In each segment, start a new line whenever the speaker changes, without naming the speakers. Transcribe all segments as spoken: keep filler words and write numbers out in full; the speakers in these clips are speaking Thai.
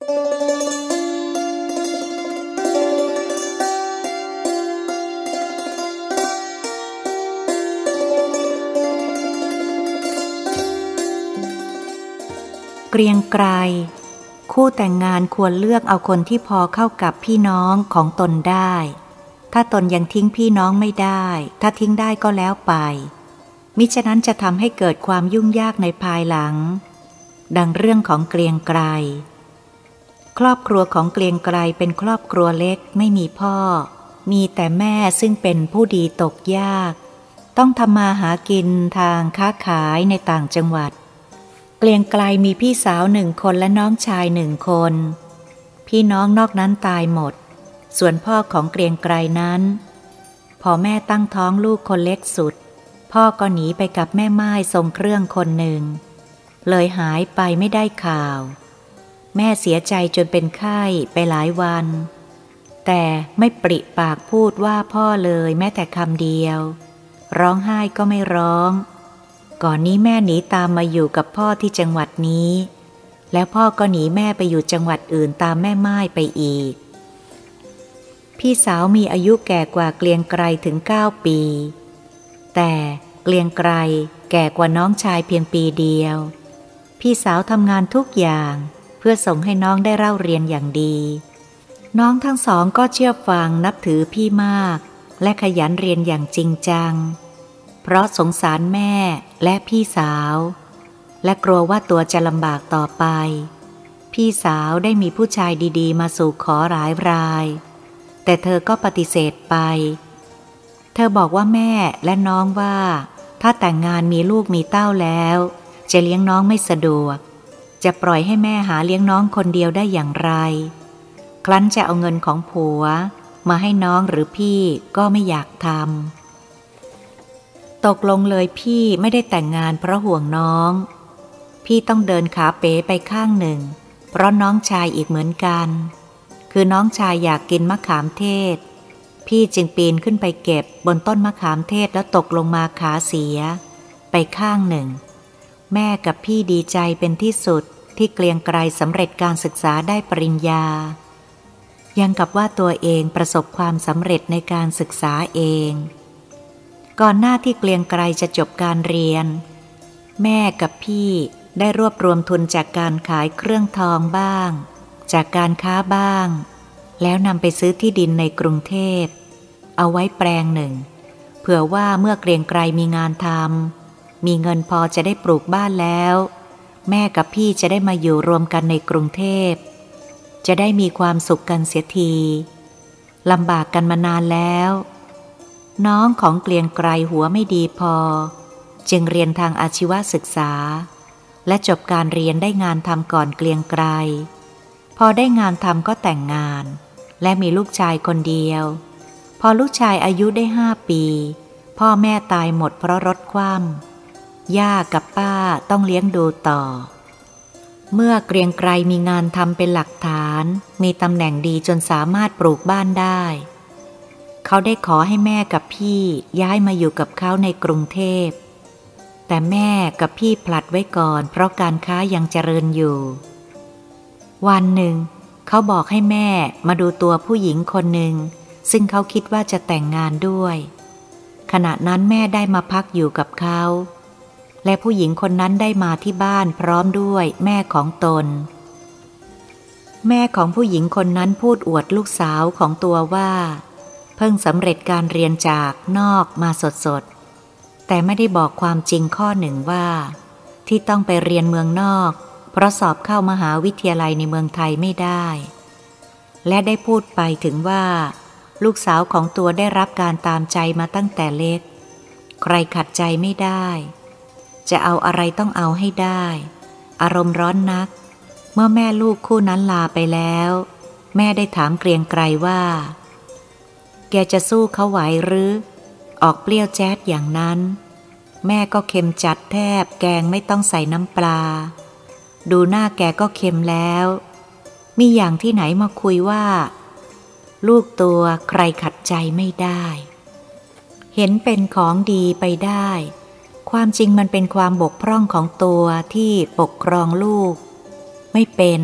เกรียงไกรคู่แต่งงานควรเลือกเอาคนที่พอเข้ากับพี่น้องของตนได้ถ้าตนยังทิ้งพี่น้องไม่ได้ถ้าทิ้งได้ก็แล้วไปมิฉะนั้นจะทำให้เกิดความยุ่งยากในภายหลังดังเรื่องของเกรียงไกรครอบครัวของเกรียงไกรเป็นครอบครัวเล็กไม่มีพ่อมีแต่แม่ซึ่งเป็นผู้ดีตกยากต้องทำมาหากินทางค้าขายในต่างจังหวัดเกรียงไกรมีพี่สาวหนึ่งคนและน้องชายหนึ่งคนพี่น้องนอกนั้นตายหมดส่วนพ่อของเกรียงไกรนั้นพอแม่ตั้งท้องลูกคนเล็กสุดพ่อก็หนีไปกับแม่ม่ายทรงเครื่องคนหนึ่งเลยหายไปไม่ได้ข่าวแม่เสียใจจนเป็นไข้ไปหลายวันแต่ไม่ปริปากพูดว่าพ่อเลยแม้แต่คำเดียวร้องไห้ก็ไม่ร้องก่อนนี้แม่หนีตามมาอยู่กับพ่อที่จังหวัดนี้แล้วพ่อก็หนีแม่ไปอยู่จังหวัดอื่นตามแม่ม่ายไปอีกพี่สาวมีอายุแก่กว่าเกรียงไกรถึงเก้าปีแต่เกรียงไกรแก่กว่าน้องชายเพียงปีเดียวพี่สาวทำงานทุกอย่างเพื่อส่งให้น้องได้เล่าเรียนอย่างดีน้องทั้งสองก็เชื่อฟังนับถือพี่มากและขยันเรียนอย่างจริงจังเพราะสงสารแม่และพี่สาวและกลัวว่าตัวจะลำบากต่อไปพี่สาวได้มีผู้ชายดีๆมาสู่ขอหลายรายแต่เธอก็ปฏิเสธไปเธอบอกว่าแม่และน้องว่าถ้าแต่งงานมีลูกมีเต้าแล้วจะเลี้ยงน้องไม่สะดวกจะปล่อยให้แม่หาเลี้ยงน้องคนเดียวได้อย่างไรครั้นจะเอาเงินของผัวมาให้น้องหรือพี่ก็ไม่อยากทำตกลงเลยพี่ไม่ได้แต่งงานเพราะห่วงน้องพี่ต้องเดินขาเป๋ไปข้างหนึ่งเพราะน้องชายอีกเหมือนกันคือน้องชายอยากกินมะขามเทศพี่จึงปีนขึ้นไปเก็บบนต้นมะขามเทศแล้วตกลงมาขาเสียไปข้างหนึ่งแม่กับพี่ดีใจเป็นที่สุดที่เกรียงไกรสำเร็จการศึกษาได้ปริญญายังกับว่าตัวเองประสบความสำเร็จในการศึกษาเองก่อนหน้าที่เกรียงไกรจะจบการเรียนแม่กับพี่ได้รวบรวมทุนจากการขายเครื่องทองบ้างจากการค้าบ้างแล้วนำไปซื้อที่ดินในกรุงเทพเอาไว้แปลงหนึ่งเผื่อว่าเมื่อเกรียงไกรมีงานทำมีเงินพอจะได้ปลูกบ้านแล้วแม่กับพี่จะได้มาอยู่รวมกันในกรุงเทพจะได้มีความสุขกันเสียทีลำบากกันมานานแล้วน้องของเกรียงไกรหัวไม่ดีพอจึงเรียนทางอาชีวศึกษาและจบการเรียนได้งานทำก่อนเกรียงไกรพอได้งานทำก็แต่งงานและมีลูกชายคนเดียวพอลูกชายอายุได้ห้าปีพ่อแม่ตายหมดเพราะรถคว่ำย่ากับป้าต้องเลี้ยงดูต่อเมื่อเกรียงไกรมีงานทำเป็นหลักฐานมีตำแหน่งดีจนสามารถปลูกบ้านได้เขาได้ขอให้แม่กับพี่ย้ายมาอยู่กับเขาในกรุงเทพแต่แม่กับพี่ผลัดไว้ก่อนเพราะการค้ายังเจริญอยู่วันหนึ่งเขาบอกให้แม่มาดูตัวผู้หญิงคนหนึ่งซึ่งเขาคิดว่าจะแต่งงานด้วยขณะนั้นแม่ได้มาพักอยู่กับเขาและผู้หญิงคนนั้นได้มาที่บ้านพร้อมด้วยแม่ของตนแม่ของผู้หญิงคนนั้นพูดอวดลูกสาวของตัวว่าเพิ่งสำเร็จการเรียนจากนอกมาสดๆแต่ไม่ได้บอกความจริงข้อหนึ่งว่าที่ต้องไปเรียนเมืองนอกเพราะสอบเข้ามหาวิทยาลัยในเมืองไทยไม่ได้และได้พูดไปถึงว่าลูกสาวของตัวได้รับการตามใจมาตั้งแต่เล็กใครขัดใจไม่ได้จะเอาอะไรต้องเอาให้ได้อารมณ์ร้อนนักเมื่อแม่ลูกคู่นั้นลาไปแล้วแม่ได้ถามเกรียงไกรว่าแกจะสู้เขาไหวหรือออกเปรี้ยวแจ๊ดอย่างนั้นแม่ก็เค็มจัดแทบแกงไม่ต้องใส่น้ำปลาดูหน้าแกก็เค็มแล้วมีอย่างที่ไหนมาคุยว่าลูกตัวใครขัดใจไม่ได้เห็นเป็นของดีไปได้ความจริงมันเป็นความบกพร่องของตัวที่ปกครองลูกไม่เป็น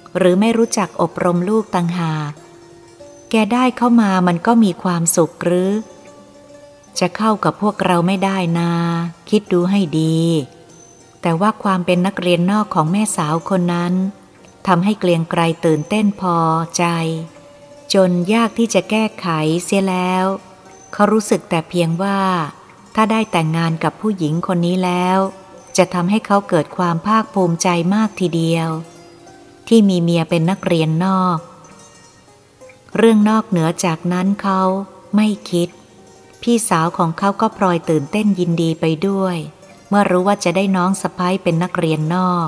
หรือไม่รู้จักอบรมลูกต่างหากแกได้เข้ามามันก็มีความสุขหรือจะเข้ากับพวกเราไม่ได้นาคิดดูให้ดีแต่ว่าความเป็นนักเรียนนอกของแม่สาวคนนั้นทำให้เกลียงไกรตื่นเต้นพอใจจนยากที่จะแก้ไขเสียแล้วเขารู้สึกแต่เพียงว่าถ้าได้แต่งงานกับผู้หญิงคนนี้แล้วจะทำให้เขาเกิดความภาคภูมิใจมากทีเดียวที่มีเมียเป็นนักเรียนนอกเรื่องนอกเหนือจากนั้นเขาไม่คิดพี่สาวของเขาก็พลอยตื่นเต้นยินดีไปด้วยเมื่อรู้ว่าจะได้น้องสะใภ้เป็นนักเรียนนอก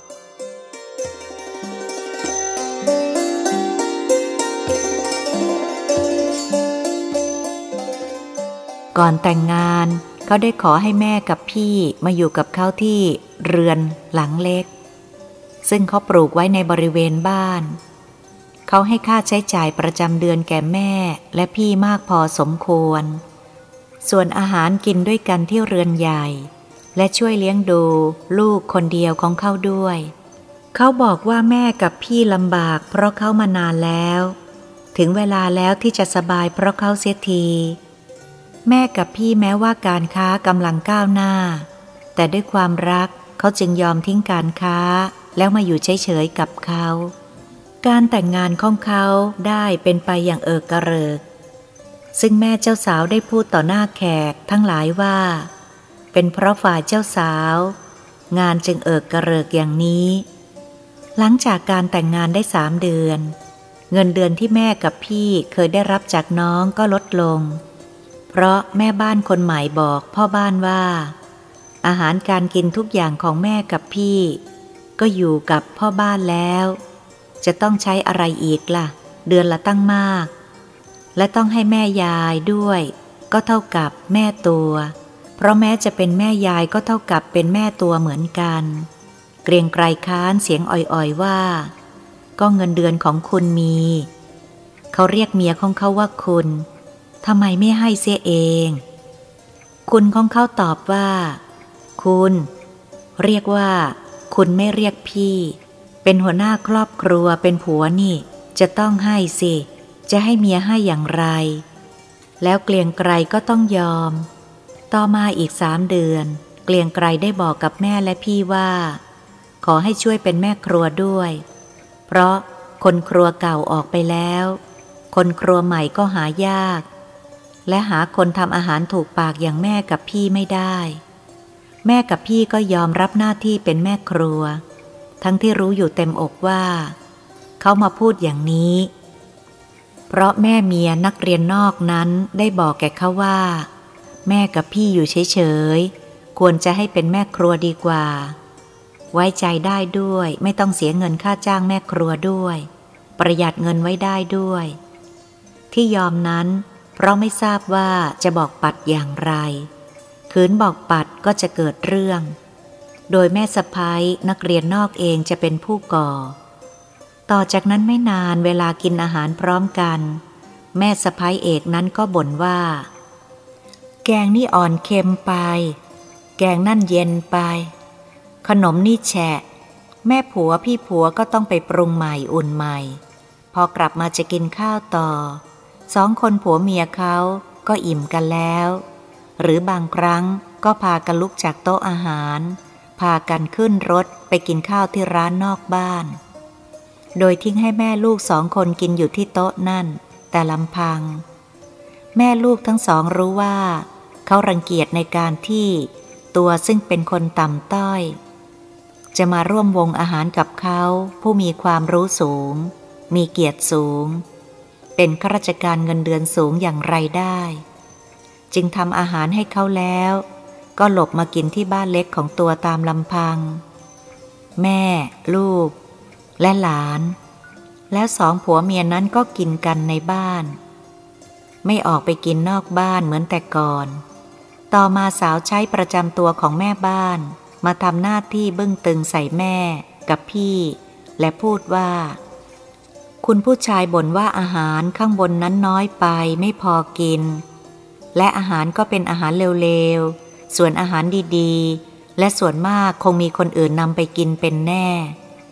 ก่อนแต่งงานเขาได้ขอให้แม่กับพี่มาอยู่กับเขาที่เรือนหลังเล็กซึ่งเขาปลูกไว้ในบริเวณบ้านเขาให้ค่าใช้จ่ายประจำเดือนแก่แม่และพี่มากพอสมควรส่วนอาหารกินด้วยกันที่เรือนใหญ่และช่วยเลี้ยงดูลูกคนเดียวของเขาด้วยเขาบอกว่าแม่กับพี่ลำบากเพราะเขามานานแล้วถึงเวลาแล้วที่จะสบายเพราะเขาเสียทีแม่กับพี่แม้ว่าการค้ากำลังก้าวหน้าแต่ด้วยความรักเขาจึงยอมทิ้งการค้าแล้วมาอยู่เฉยๆกับเขาการแต่งงานของเขาได้เป็นไปอย่างเอิกกระเริกซึ่งแม่เจ้าสาวได้พูดต่อหน้าแขกทั้งหลายว่าเป็นเพราะฝ่ายเจ้าสาวงานจึงเอิกกระเริกอย่างนี้หลังจากการแต่งงานได้สามเดือนเงินเดือนที่แม่กับพี่เคยได้รับจากน้องก็ลดลงเพราะแม่บ้านคนใหม่บอกพ่อบ้านว่าอาหารการกินทุกอย่างของแม่กับพี่ก็อยู่กับพ่อบ้านแล้วจะต้องใช้อะไรอีกล่ะเดือนละตั้งมากและต้องให้แม่ยายด้วยก็เท่ากับแม่ตัวเพราะแม้จะเป็นแม่ยายก็เท่ากับเป็นแม่ตัวเหมือนกันเกรียงไกรค้านเสียงอ่อยๆว่าก็เงินเดือนของคุณมีเขาเรียกเมียของเขาว่าคุณทำไมไม่ให้เสียเองคุณของเขาตอบว่าคุณเรียกว่าคุณไม่เรียกพี่เป็นหัวหน้าครอบครัวเป็นผัวนี่จะต้องให้สิจะให้เมียให้อย่างไรแล้วเกลียงไกรก็ต้องยอมต่อมาอีกสามเดือนเกลียงไกรได้บอกกับแม่และพี่ว่าขอให้ช่วยเป็นแม่ครัวด้วยเพราะคนครัวเก่าออกไปแล้วคนครัวใหม่ก็หายากและหาคนทำอาหารถูกปากอย่างแม่กับพี่ไม่ได้แม่กับพี่ก็ยอมรับหน้าที่เป็นแม่ครัวทั้งที่รู้อยู่เต็มอกว่าเขามาพูดอย่างนี้เพราะแม่เมียนักเรียนนอกนั้นได้บอกแก่เขาว่าแม่กับพี่อยู่เฉยๆควรจะให้เป็นแม่ครัวดีกว่าไว้ใจได้ด้วยไม่ต้องเสียเงินค่าจ้างแม่ครัวด้วยประหยัดเงินไว้ได้ด้วยที่ยอมนั้นเพราะไม่ทราบว่าจะบอกปัดอย่างไรขืนบอกปัดก็จะเกิดเรื่องโดยแม่สะใภ้นักเรียนนอกเองจะเป็นผู้ก่อต่อจากนั้นไม่นานเวลากินอาหารพร้อมกันแม่สะใภ้เอกนั้นก็บ่นว่าแกงนี่อ่อนเค็มไปแกงนั่นเย็นไปขนมนี่แฉะแม่ผัวพี่ผัวก็ต้องไปปรุงใหม่อุ่นใหม่พอกลับมาจะกินข้าวต่อสองคนผัวเมียเขาก็อิ่มกันแล้วหรือบางครั้งก็พากันลุกจากโต๊ะอาหารพากันขึ้นรถไปกินข้าวที่ร้านนอกบ้านโดยทิ้งให้แม่ลูกสองคนกินอยู่ที่โต๊ะนั่นแต่ลำพังแม่ลูกทั้งสองรู้ว่าเขารังเกียจในการที่ตัวซึ่งเป็นคนต่ำต้อยจะมาร่วมวงอาหารกับเขาผู้มีความรู้สูงมีเกียรติสูงเป็นข้าราชการเงินเดือนสูงอย่างไรได้จึงทำอาหารให้เขาแล้วก็หลบมากินที่บ้านเล็กของตัวตามลำพังแม่ลูกและหลานแล้วสองผัวเมียนั้นก็กินกันในบ้านไม่ออกไปกินนอกบ้านเหมือนแต่ก่อนต่อมาสาวใช้ประจำตัวของแม่บ้านมาทำหน้าที่บึ้งตึงใส่แม่กับพี่และพูดว่าคุณผู้ชายบ่นว่าอาหารข้างบนนั้นน้อยไปไม่พอกินและอาหารก็เป็นอาหารเร็วๆส่วนอาหารดีๆและส่วนมากคงมีคนอื่นนำไปกินเป็นแน่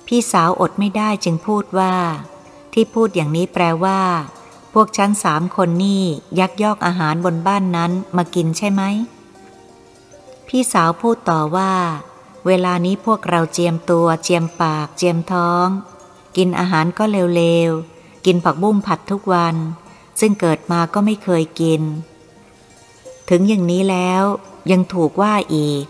พี่สาวอดไม่ได้จึงพูดว่าที่พูดอย่างนี้แปลว่าพวกฉันสามคนนี่ยักยอกอาหารบนบ้านนั้นมากินใช่ไหมพี่สาวพูดต่อว่าเวลานี้พวกเราเจียมตัวเจียมปากเจียมท้องกินอาหารก็เร็วๆกินผักบุ้งผัดทุกวันซึ่งเกิดมาก็ไม่เคยกินถึงอย่างนี้แล้วยังถูกว่าอีก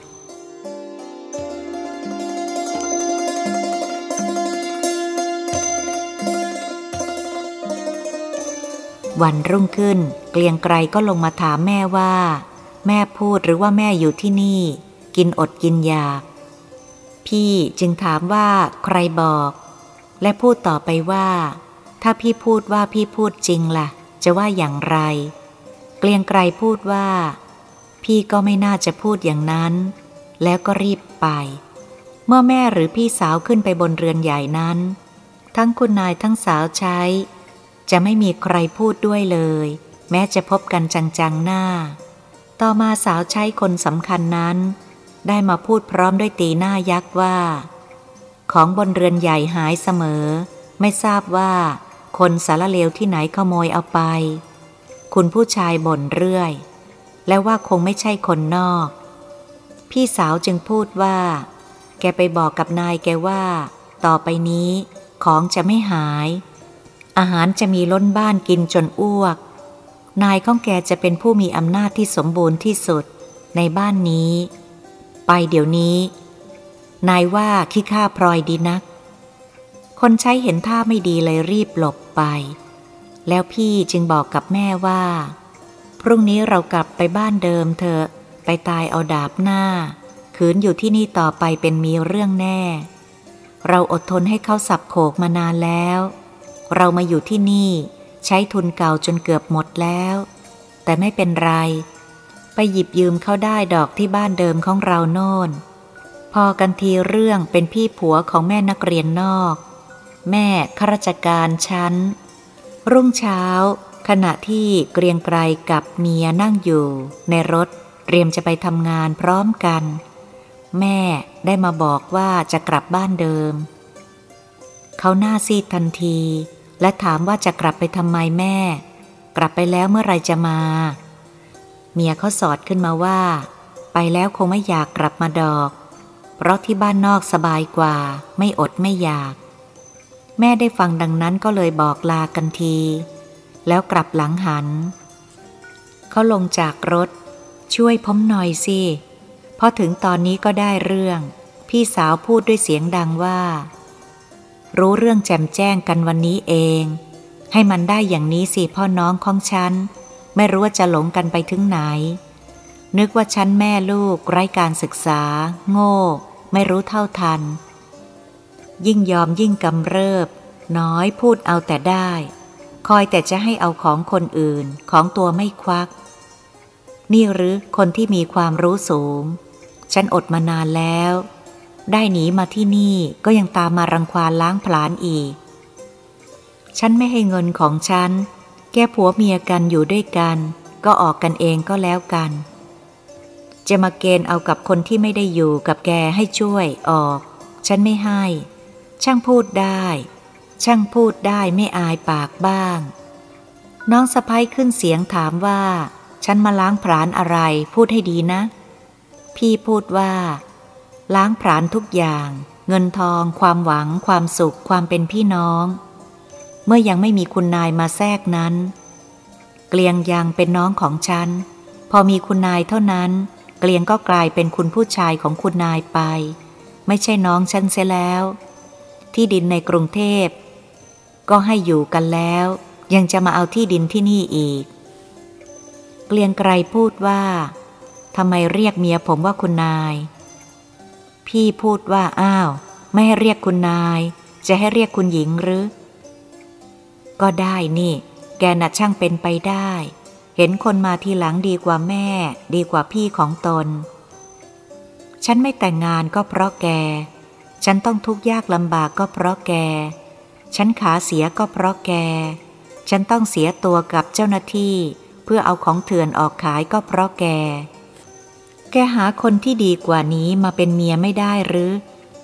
วันรุ่งขึ้นเกลียงไกรก็ลงมาถามแม่ว่าแม่พูดหรือว่าแม่อยู่ที่นี่กินอดกินอยากพี่จึงถามว่าใครบอกและพูดต่อไปว่าถ้าพี่พูดว่าพี่พูดจริงล่ะจะว่าอย่างไรเกลียงไกรพูดว่าพี่ก็ไม่น่าจะพูดอย่างนั้นแล้วก็รีบไปเมื่อแม่หรือพี่สาวขึ้นไปบนเรือนใหญ่นั้นทั้งคุณนายทั้งสาวใช้จะไม่มีใครพูดด้วยเลยแม้จะพบกันจังๆหน้าต่อมาสาวใช้คนสำคัญนั้นได้มาพูดพร้อมด้วยตีหน้ายักษ์ว่าของบนเรือนใหญ่หายเสมอไม่ทราบว่าคนสารเลวที่ไหนขโมยเอาไปคุณผู้ชายบ่นเรื่อยและว่าคงไม่ใช่คนนอกพี่สาวจึงพูดว่าแกไปบอกกับนายแกว่าต่อไปนี้ของจะไม่หายอาหารจะมีล้นบ้านกินจนอ้วกนายของแกจะเป็นผู้มีอำนาจที่สมบูรณ์ที่สุดในบ้านนี้ไปเดี๋ยวนี้นายว่าขี้ข้าพลอยดีนักคนใช้เห็นท่าไม่ดีเลยรีบหลบไปแล้วพี่จึงบอกกับแม่ว่าพรุ่งนี้เรากลับไปบ้านเดิมเถอะไปตายเอาดาบหน้าขืนอยู่ที่นี่ต่อไปเป็นมีเรื่องแน่เราอดทนให้เขาสับโขกมานานแล้วเรามาอยู่ที่นี่ใช้ทุนเก่าจนเกือบหมดแล้วแต่ไม่เป็นไรไปหยิบยืมเขาได้ดอกที่บ้านเดิมของเราโน่นพอกันทีเรื่องเป็นพี่ผัวของแม่นักเรียนนอกแม่ข้าราชการชั้นรุ่งเช้าขณะที่เกรียงไกรกับเมียนั่งอยู่ในรถเตรียมจะไปทำงานพร้อมกันแม่ได้มาบอกว่าจะกลับบ้านเดิมเขาหน้าซีดทันทีและถามว่าจะกลับไปทำไมแม่กลับไปแล้วเมื่อไรจะมาเมียเขาสอดขึ้นมาว่าไปแล้วคงไม่อยากกลับมาดอกเพราะที่บ้านนอกสบายกว่าไม่อดไม่อยากแม่ได้ฟังดังนั้นก็เลยบอกลากันทีแล้วกลับหลังหันเขาลงจากรถช่วยผมหน่อยสิพอถึงตอนนี้ก็ได้เรื่องพี่สาวพูดด้วยเสียงดังว่ารู้เรื่องแจ่มแจ้งกันวันนี้เองให้มันได้อย่างนี้สิพ่อน้องของฉันไม่รู้ว่าจะหลงกันไปถึงไหนนึกว่าฉันแม่ลูกไร้การศึกษาโง่ไม่รู้เท่าทันยิ่งยอมยิ่งกำเริบน้อยพูดเอาแต่ได้คอยแต่จะให้เอาของคนอื่นของตัวไม่ควักนี่หรือคนที่มีความรู้สูงฉันอดมานานแล้วได้หนีมาที่นี่ก็ยังตามมารังควานล้างผลาญอีกฉันไม่ให้เงินของฉันแกผัวเมียกันอยู่ด้วยกันก็ออกกันเองก็แล้วกันจะมาเกณฑ์เอากับคนที่ไม่ได้อยู่กับแกให้ช่วยออกฉันไม่ให้ช่างพูดได้ช่างพูดได้ไม่อายปากบ้างน้องสะใภ้ขึ้นเสียงถามว่าฉันมาล้างผลาญอะไรพูดให้ดีนะพี่พูดว่าล้างผลาญทุกอย่างเงินทองความหวังความสุขความเป็นพี่น้องเมื่อยังไม่มีคุณนายมาแทรกนั้นเกลียงยังเป็นน้องของฉันพอมีคุณนายเท่านั้นเกลียงก็กลายเป็นคุณผู้ชายของคุณนายไปไม่ใช่น้องฉันเสียแล้วที่ดินในกรุงเทพก็ให้อยู่กันแล้วยังจะมาเอาที่ดินที่นี่อีกเกลียงไกรพูดว่าทำไมเรียกเมียผมว่าคุณนายพี่พูดว่าอ้าวไม่ให้เรียกคุณนายจะให้เรียกคุณหญิงหรือก็ได้นี่แกน่ะช่างเป็นไปได้เห็นคนมาทีหลังดีกว่าแม่ดีกว่าพี่ของตนฉันไม่แต่งงานก็เพราะแกฉันต้องทุกข์ยากลำบากก็เพราะแกฉันขาเสียก็เพราะแกฉันต้องเสียตัวกับเจ้าหน้าที่เพื่อเอาของเถื่อนออกขายก็เพราะแกแกหาคนที่ดีกว่านี้มาเป็นเมียไม่ได้หรือ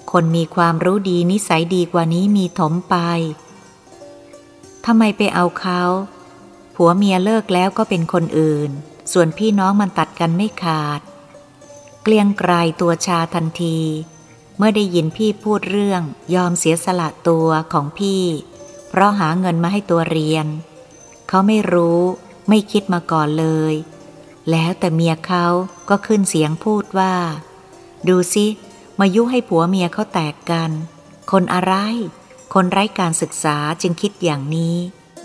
คนมีความรู้ดีนิสัยดีกว่านี้มีถมไปทำไมไปเอาเขาผัวเมียเลิกแล้วก็เป็นคนอื่นส่วนพี่น้องมันตัดกันไม่ขาดเกลียงไกรตัวชาทันทีเมื่อได้ยินพี่พูดเรื่องยอมเสียสละตัวของพี่เพราะหาเงินมาให้ตัวเรียนเขาไม่รู้ไม่คิดมาก่อนเลยแล้วแต่เมียเขาก็ขึ้นเสียงพูดว่าดูสิมายุให้ผัวเมียเขาแตกกันคนอะไรคนไร้การศึกษาจึงคิดอย่างนี้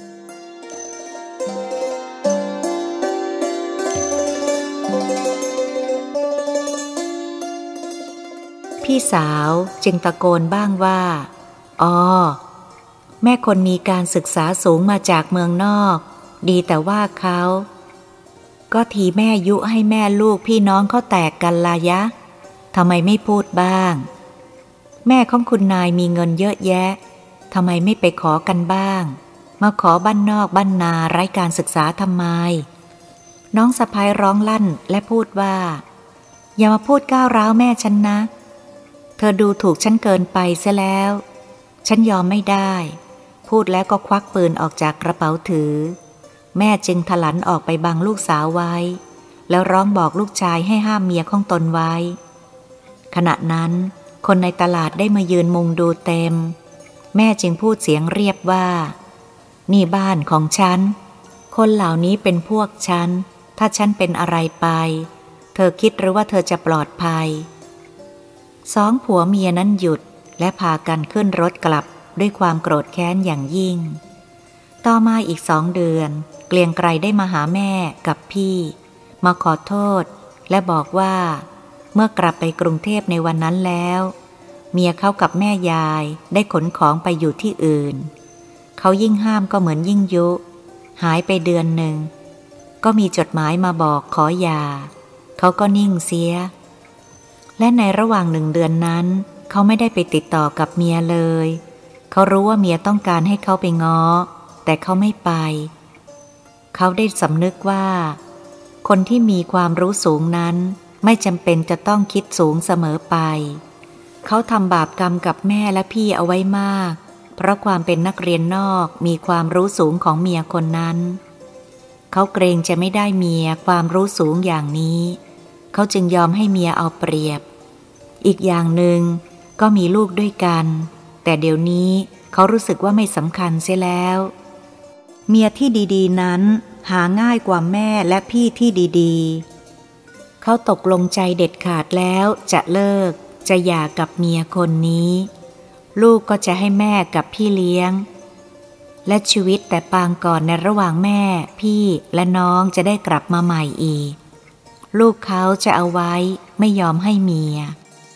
พี่สาวจึงตะโกนบ้างว่าอ๋อแม่คนมีการศึกษาสูงมาจากเมืองนอกดีแต่ว่าเขาก็ทีแม่ยุให้แม่ลูกพี่น้องเขาแตกกันลายะทำไมไม่พูดบ้างแม่ของคุณนายมีเงินเยอะแยะทำไมไม่ไปขอกันบ้างมาขอบ้านนอกบ้านนาไร้การศึกษาทำไมน้องสะพ้ายร้องลั่นและพูดว่าอย่ามาพูดก้าวร้าวแม่ฉันนะเธอดูถูกฉันเกินไปเสียแล้วฉันยอมไม่ได้พูดแล้วก็ควักปืนออกจากกระเป๋าถือแม่จึงถลันออกไปบังลูกสาวไว้แล้วร้องบอกลูกชายให้ห้ามเมียของตนไว้ขณะนั้นคนในตลาดได้มายืนมุงดูเต็มแม่จึงพูดเสียงเรียบว่านี่บ้านของฉันคนเหล่านี้เป็นพวกฉันถ้าฉันเป็นอะไรไปเธอคิดหรือว่าเธอจะปลอดภัยสองผัวเมียนั้นหยุดและพากันขึ้นรถกลับด้วยความโกรธแค้นอย่างยิ่งต่อมาอีกสองเดือนเกลียงไกรได้มาหาแม่กับพี่มาขอโทษและบอกว่าเมื่อกลับไปกรุงเทพในวันนั้นแล้วเมียเขากับแม่ยายได้ขนของไปอยู่ที่อื่นเขายิ่งห้ามก็เหมือนยิ่งยุหายไปเดือนหนึ่งก็มีจดหมายมาบอกขอหย่าเขาก็นิ่งเสียและในระหว่างหนึ่งเดือนนั้นเขาไม่ได้ไปติดต่อกับเมียเลยเขารู้ว่าเมียต้องการให้เขาไปง้อแต่เขาไม่ไปเขาได้สำนึกว่าคนที่มีความรู้สูงนั้นไม่จำเป็นจะต้องคิดสูงเสมอไปเขาทำบาปกรรมกับแม่และพี่เอาไว้มากเพราะความเป็นนักเรียนนอกมีความรู้สูงของเมียคนนั้นเขาเกรงจะไม่ได้เมียความรู้สูงอย่างนี้เขาจึงยอมให้เมียเอาเปรียบอีกอย่างหนึ่งก็มีลูกด้วยกันแต่เดี๋ยวนี้เขารู้สึกว่าไม่สำคัญเสียแล้วเมียที่ดีๆนั้นหาง่ายกว่าแม่และพี่ที่ดีๆเขาตกลงใจเด็ดขาดแล้วจะเลิกจะหย่ากับเมียคนนี้ลูกก็จะให้แม่กับพี่เลี้ยงและชีวิตแต่ปางก่อนในระหว่างแม่พี่และน้องจะได้กลับมาใหม่อีกลูกเขาจะเอาไว้ไม่ยอมให้เมีย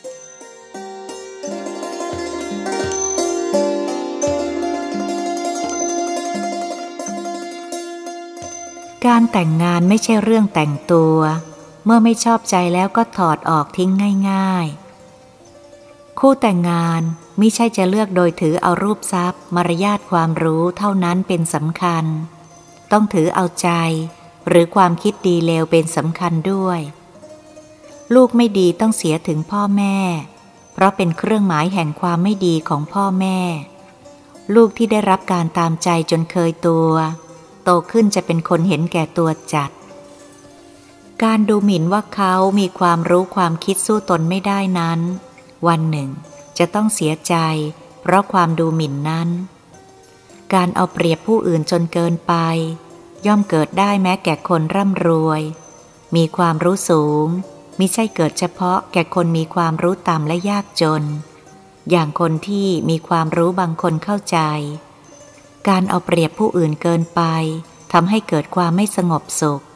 การแต่งงานไม่ใช่เรื่องแต่งตัวเมื่อไม่ชอบใจแล้วก็ถอดออกทิ้งง่ายๆคู่แต่งงานมิใช่จะเลือกโดยถือเอารูปทรัพย์มารยาทความรู้เท่านั้นเป็นสำคัญต้องถือเอาใจหรือความคิดดีเลวเป็นสำคัญด้วยลูกไม่ดีต้องเสียถึงพ่อแม่เพราะเป็นเครื่องหมายแห่งความไม่ดีของพ่อแม่ลูกที่ได้รับการตามใจจนเคยตัวโตขึ้นจะเป็นคนเห็นแก่ตัวจัดการดูหมิ่นว่าเขามีความรู้ความคิดสู้ตนไม่ได้นั้นวันหนึ่งจะต้องเสียใจเพราะความดูหมิ่นนั้นการเอาเปรียบผู้อื่นจนเกินไปย่อมเกิดได้แม้แก่คนร่ำรวยมีความรู้สูงมิใช่เกิดเฉพาะแก่คนมีความรู้ต่ำและยากจนอย่างคนที่มีความรู้บางคนเข้าใจการเอาเปรียบผู้อื่นเกินไปทำให้เกิดความไม่สงบสุข